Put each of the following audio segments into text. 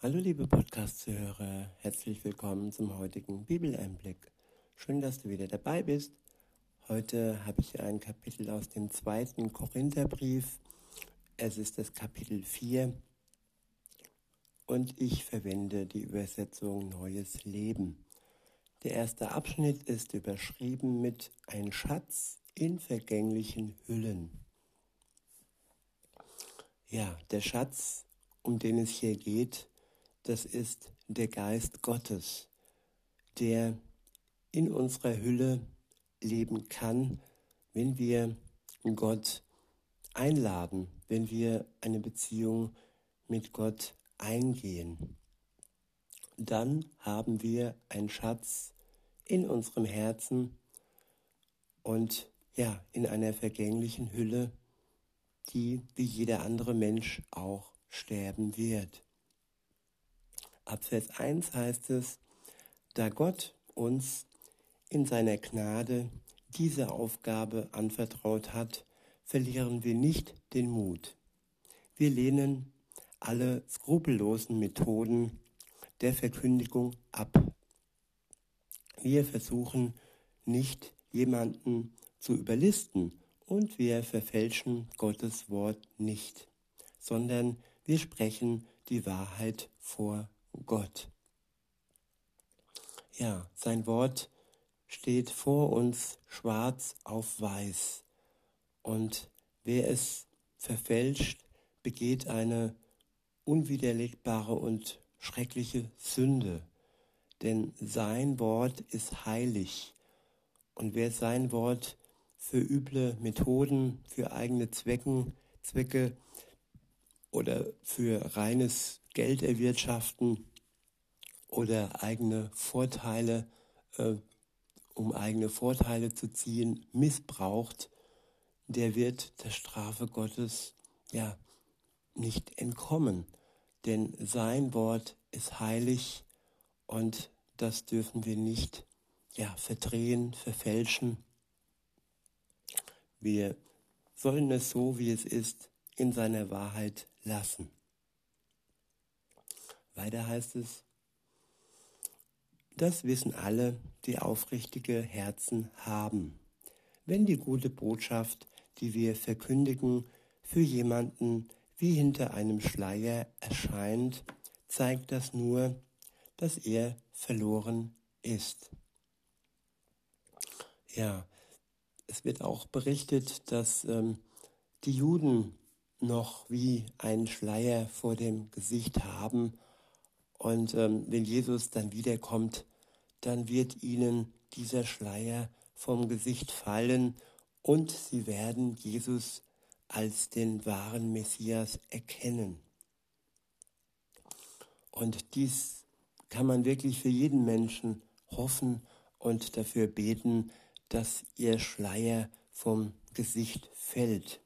Hallo liebe Podcast-Zuhörer, herzlich willkommen zum heutigen Bibeleinblick. Schön, dass du wieder dabei bist. Heute habe ich ein Kapitel aus dem 2. Korintherbrief. Es ist das Kapitel 4 und ich verwende die Übersetzung Neues Leben. Der erste Abschnitt ist überschrieben mit Ein Schatz in vergänglichen Hüllen. Ja, der Schatz, um den es hier geht, das ist der Geist Gottes, der in unserer Hülle leben kann, wenn wir Gott einladen, wenn wir eine Beziehung mit Gott eingehen. Dann haben wir einen Schatz in unserem Herzen und ja, in einer vergänglichen Hülle, die wie jeder andere Mensch auch sterben wird. Ab Vers 1 heißt es, da Gott uns in seiner Gnade diese Aufgabe anvertraut hat, verlieren wir nicht den Mut. Wir lehnen alle skrupellosen Methoden der Verkündigung ab. Wir versuchen nicht, jemanden zu überlisten und wir verfälschen Gottes Wort nicht, sondern wir sprechen die Wahrheit vor Gott. Ja, sein Wort steht vor uns schwarz auf weiß. Und wer es verfälscht, begeht eine unwiderlegbare und schreckliche Sünde. Denn sein Wort ist heilig. Und wer sein Wort für üble Methoden, für eigene Zwecke oder für reines Geld erwirtschaften oder eigene Vorteile, um eigene Vorteile zu ziehen, missbraucht, der wird der Strafe Gottes ja nicht entkommen. Denn sein Wort ist heilig und das dürfen wir nicht verdrehen, verfälschen. Wir sollen es so, wie es ist, in seiner Wahrheit lassen. Weiter heißt es, das wissen alle, die aufrichtige Herzen haben. Wenn die gute Botschaft, die wir verkündigen, für jemanden wie hinter einem Schleier erscheint, zeigt das nur, dass er verloren ist. Ja, es wird auch berichtet, dass die Juden noch wie einen Schleier vor dem Gesicht haben. Und wenn Jesus dann wiederkommt, dann wird ihnen dieser Schleier vom Gesicht fallen und sie werden Jesus als den wahren Messias erkennen. Und dies kann man wirklich für jeden Menschen hoffen und dafür beten, dass ihr Schleier vom Gesicht fällt.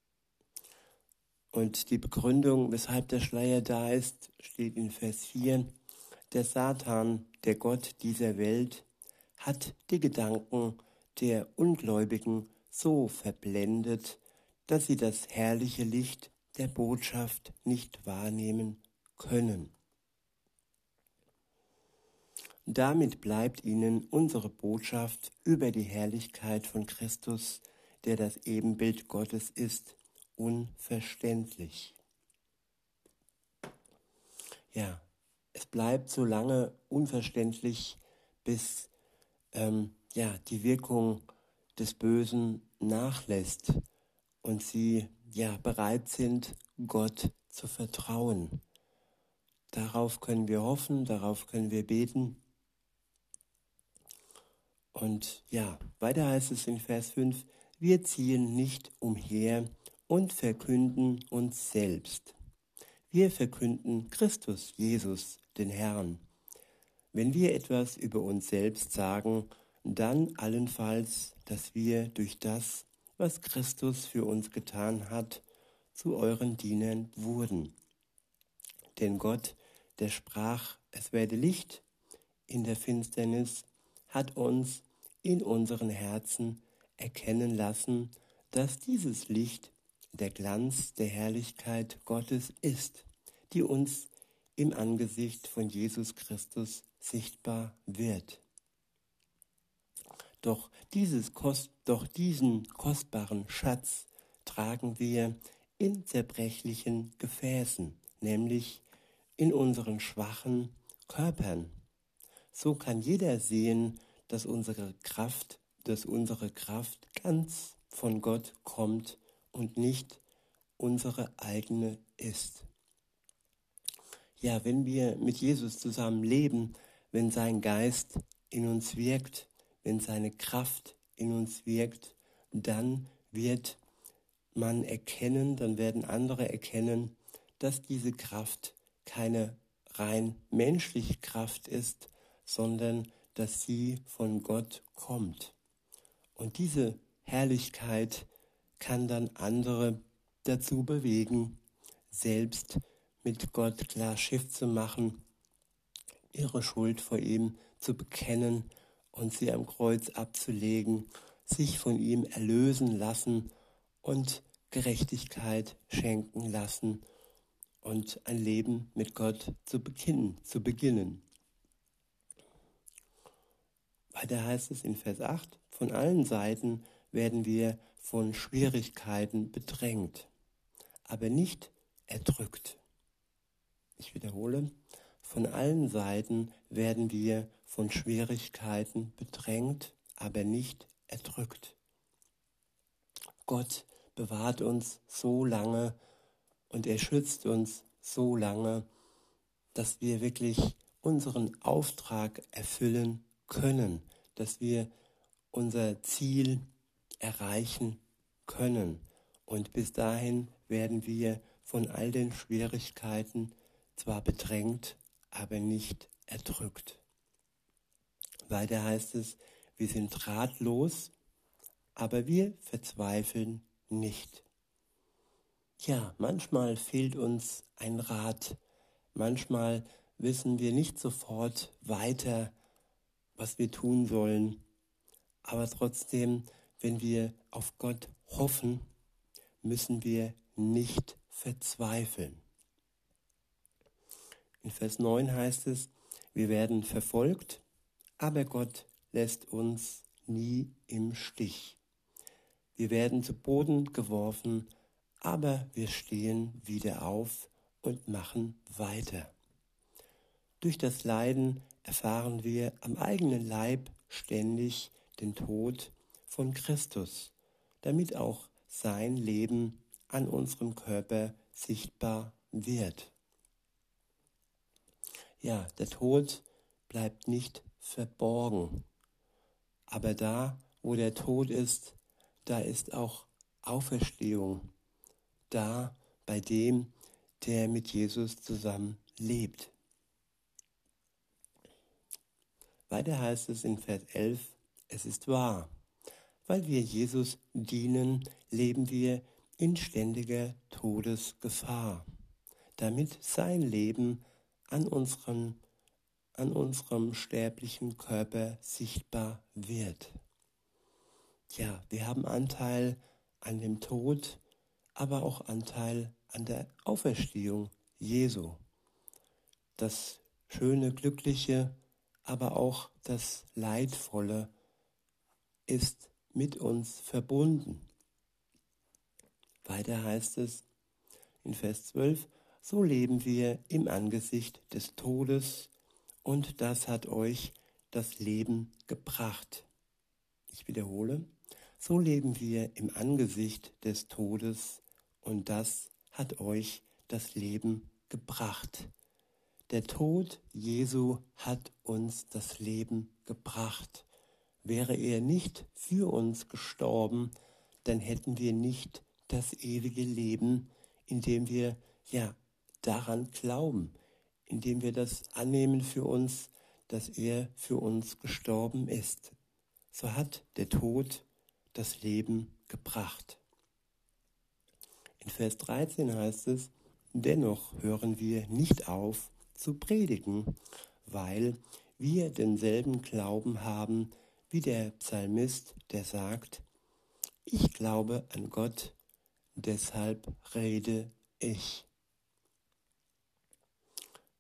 Und die Begründung, weshalb der Schleier da ist, steht in Vers 4. Der Satan, der Gott dieser Welt, hat die Gedanken der Ungläubigen so verblendet, dass sie das herrliche Licht der Botschaft nicht wahrnehmen können. Damit bleibt ihnen unsere Botschaft über die Herrlichkeit von Christus, der das Ebenbild Gottes ist, unverständlich. Ja, es bleibt so lange unverständlich, bis die Wirkung des Bösen nachlässt und sie bereit sind, Gott zu vertrauen. Darauf können wir hoffen, darauf können wir beten. Und weiter heißt es in Vers 5, wir ziehen nicht umher und verkünden uns selbst. Wir verkünden Christus, Jesus, den Herrn. Wenn wir etwas über uns selbst sagen, dann allenfalls, dass wir durch das, was Christus für uns getan hat, zu euren Dienern wurden. Denn Gott, der sprach, es werde Licht in der Finsternis, hat uns in unseren Herzen erkennen lassen, dass dieses Licht der Glanz der Herrlichkeit Gottes ist, die uns im Angesicht von Jesus Christus sichtbar wird. Doch diesen kostbaren Schatz tragen wir in zerbrechlichen Gefäßen, nämlich in unseren schwachen Körpern. So kann jeder sehen, dass unsere Kraft ganz von Gott kommt und nicht unsere eigene ist. Ja, wenn wir mit Jesus zusammen leben, wenn sein Geist in uns wirkt, wenn seine Kraft in uns wirkt, dann wird man erkennen, dann werden andere erkennen, dass diese Kraft keine rein menschliche Kraft ist, sondern dass sie von Gott kommt. Und diese Herrlichkeit kann dann andere dazu bewegen, selbst mit Gott klar Schiff zu machen, ihre Schuld vor ihm zu bekennen und sie am Kreuz abzulegen, sich von ihm erlösen lassen und Gerechtigkeit schenken lassen und ein Leben mit Gott zu beginnen. Weiter heißt es in Vers 8, von allen Seiten werden wir von Schwierigkeiten bedrängt, aber nicht erdrückt. Ich wiederhole, von allen Seiten werden wir von Schwierigkeiten bedrängt, aber nicht erdrückt. Gott bewahrt uns so lange und er schützt uns so lange, dass wir wirklich unseren Auftrag erfüllen können, dass wir unser Ziel erreichen können. Und bis dahin werden wir von all den Schwierigkeiten zwar bedrängt, aber nicht erdrückt. Weiter heißt es, wir sind ratlos, aber wir verzweifeln nicht. Ja, manchmal fehlt uns ein Rat. Manchmal wissen wir nicht sofort weiter, was wir tun sollen. Aber trotzdem, wenn wir auf Gott hoffen, müssen wir nicht verzweifeln. In Vers 9 heißt es, wir werden verfolgt, aber Gott lässt uns nie im Stich. Wir werden zu Boden geworfen, aber wir stehen wieder auf und machen weiter. Durch das Leiden erfahren wir am eigenen Leib ständig den Tod von Christus, damit auch sein Leben an unserem Körper sichtbar wird. Ja, der Tod bleibt nicht verborgen, aber da, wo der Tod ist, da ist auch Auferstehung, da bei dem, der mit Jesus zusammen lebt. Weiter heißt es in Vers 11, es ist wahr, weil wir Jesus dienen, leben wir in ständiger Todesgefahr, damit sein Leben an unserem sterblichen Körper sichtbar wird. Ja, wir haben Anteil an dem Tod, aber auch Anteil an der Auferstehung Jesu. Das schöne, glückliche, aber auch das Leidvolle ist mit uns verbunden. Weiter heißt es in Vers 12, so leben wir im Angesicht des Todes und das hat euch das Leben gebracht. Ich wiederhole, so leben wir im Angesicht des Todes und das hat euch das Leben gebracht. Der Tod Jesu hat uns das Leben gebracht. Wäre er nicht für uns gestorben, dann hätten wir nicht das ewige Leben, indem wir daran glauben, indem wir das annehmen für uns, dass er für uns gestorben ist. So hat der Tod das Leben gebracht. In Vers 13 heißt es, dennoch hören wir nicht auf zu predigen, weil wir denselben Glauben haben wie der Psalmist, der sagt, ich glaube an Gott, deshalb rede ich.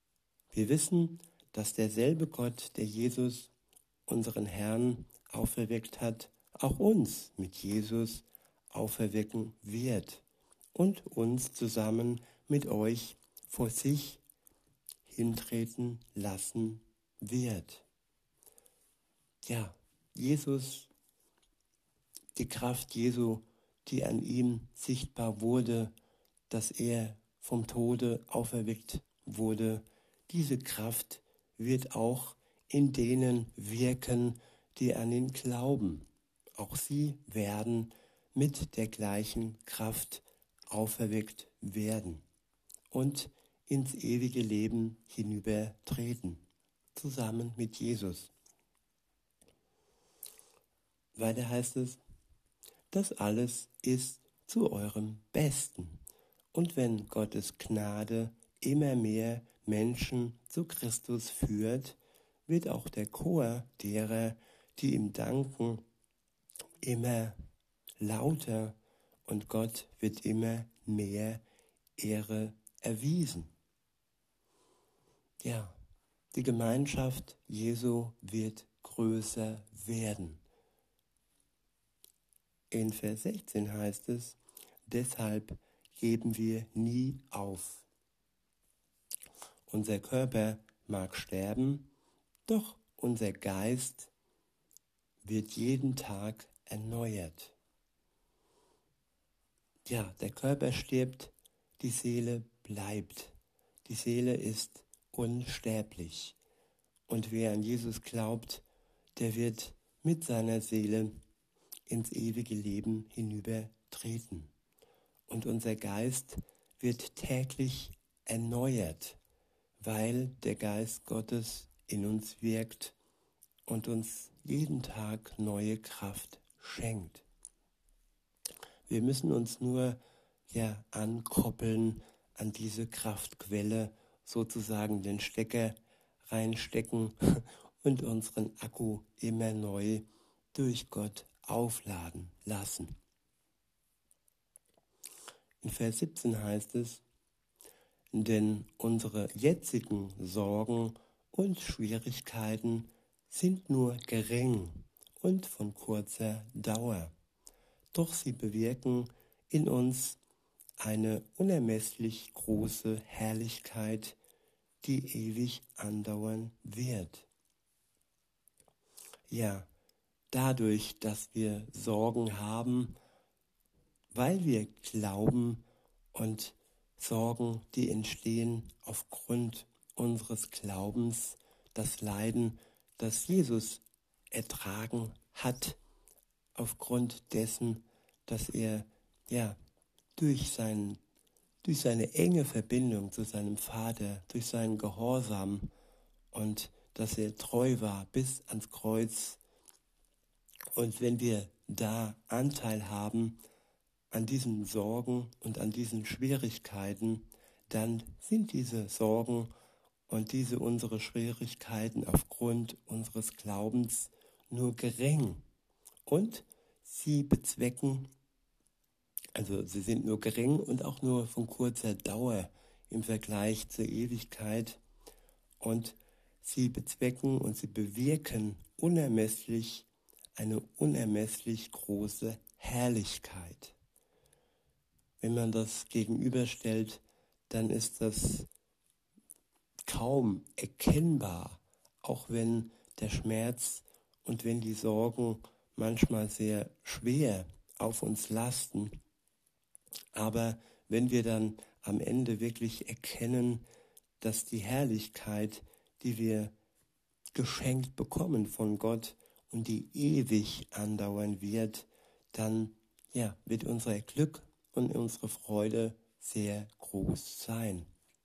Wir wissen, dass derselbe Gott, der Jesus, unseren Herrn, auferweckt hat, auch uns mit Jesus auferwecken wird und uns zusammen mit euch vor sich hintreten lassen wird. Ja, Jesus, die Kraft Jesu, die an ihm sichtbar wurde, dass er vom Tode auferweckt wurde, diese Kraft wird auch in denen wirken, die an ihn glauben. Auch sie werden mit der gleichen Kraft auferweckt werden und ins ewige Leben hinübertreten, zusammen mit Jesus. Weiter heißt es, das alles ist zu eurem Besten. Und wenn Gottes Gnade immer mehr Menschen zu Christus führt, wird auch der Chor derer, die ihm danken, immer lauter und Gott wird immer mehr Ehre erwiesen. Ja, die Gemeinschaft Jesu wird größer werden. In Vers 16 heißt es, deshalb geben wir nie auf. Unser Körper mag sterben, doch unser Geist wird jeden Tag erneuert. Ja, der Körper stirbt, die Seele bleibt. Die Seele ist unsterblich. Und wer an Jesus glaubt, der wird mit seiner Seele ins ewige Leben hinübertreten. Und unser Geist wird täglich erneuert, weil der Geist Gottes in uns wirkt und uns jeden Tag neue Kraft schenkt. Wir müssen uns nur ankoppeln an diese Kraftquelle, sozusagen den Stecker reinstecken und unseren Akku immer neu durch Gott aufladen lassen. In Vers 17 heißt es, denn unsere jetzigen Sorgen und Schwierigkeiten sind nur gering und von kurzer Dauer. Doch sie bewirken in uns eine unermesslich große Herrlichkeit, die ewig andauern wird. Ja, dadurch, dass wir Sorgen haben, weil wir glauben und Sorgen, die entstehen aufgrund unseres Glaubens, das Leiden, das Jesus ertragen hat, aufgrund dessen, dass er durch seine enge Verbindung zu seinem Vater, durch seinen Gehorsam und dass er treu war bis ans Kreuz. Und wenn wir da Anteil haben an diesen Sorgen und an diesen Schwierigkeiten, dann sind diese Sorgen und diese unsere Schwierigkeiten aufgrund unseres Glaubens nur gering. Und sie sind nur gering und auch nur von kurzer Dauer im Vergleich zur Ewigkeit. Und sie bezwecken und sie bewirken eine unermesslich große Herrlichkeit. Wenn man das gegenüberstellt, dann ist das kaum erkennbar, auch wenn der Schmerz und wenn die Sorgen manchmal sehr schwer auf uns lasten. Aber wenn wir dann am Ende wirklich erkennen, dass die Herrlichkeit, die wir geschenkt bekommen von Gott und die ewig andauern wird, dann wird unser Glück und unsere Freude sehr groß sein.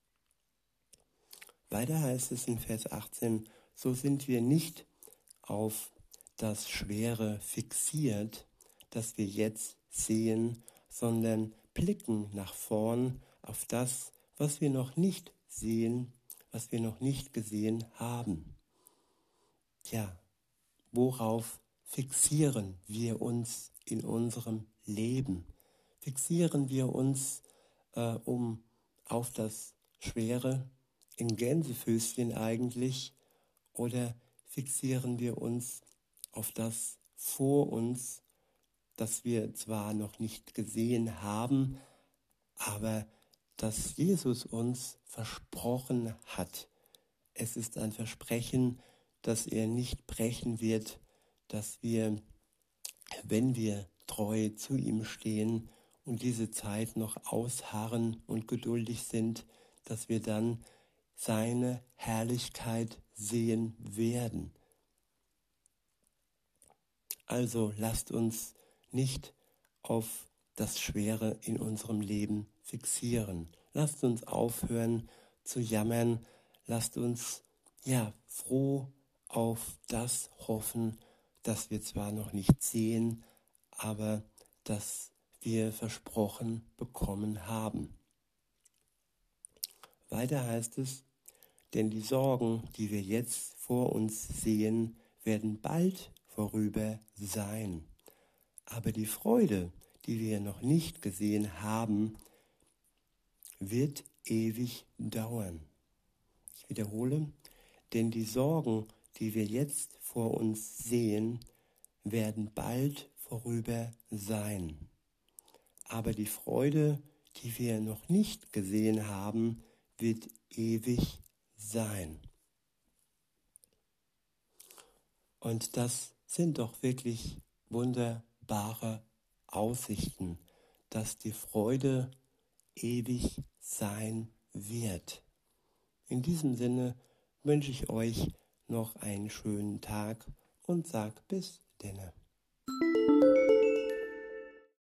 Weiter heißt es in Vers 18, so sind wir nicht auf das Schwere fixiert, das wir jetzt sehen, sondern blicken nach vorn auf das, was wir noch nicht sehen, was wir noch nicht gesehen haben. Ja, worauf fixieren wir uns in unserem Leben? Fixieren wir uns auf das Schwere in Gänsefüßchen eigentlich, oder fixieren wir uns auf das vor uns, das wir zwar noch nicht gesehen haben, aber das Jesus uns versprochen hat. Es ist ein Versprechen, das er nicht brechen wird, dass wir, wenn wir treu zu ihm stehen und diese Zeit noch ausharren und geduldig sind, dass wir dann seine Herrlichkeit sehen werden. Also lasst uns nicht auf das Schwere in unserem Leben fixieren. Lasst uns aufhören zu jammern. Lasst uns froh auf das hoffen, das wir zwar noch nicht sehen, aber das wir versprochen bekommen haben. Weiter heißt es, denn die Sorgen, die wir jetzt vor uns sehen, werden bald vorüber sein. Aber die Freude, die wir noch nicht gesehen haben, wird ewig dauern. Ich wiederhole, denn die Sorgen, die wir jetzt vor uns sehen, werden bald vorüber sein. Aber die Freude, die wir noch nicht gesehen haben, wird ewig sein. Und das sind doch wirklich wunderbare Aussichten, dass die Freude ewig sein wird. In diesem Sinne wünsche ich euch noch einen schönen Tag und sag bis denne.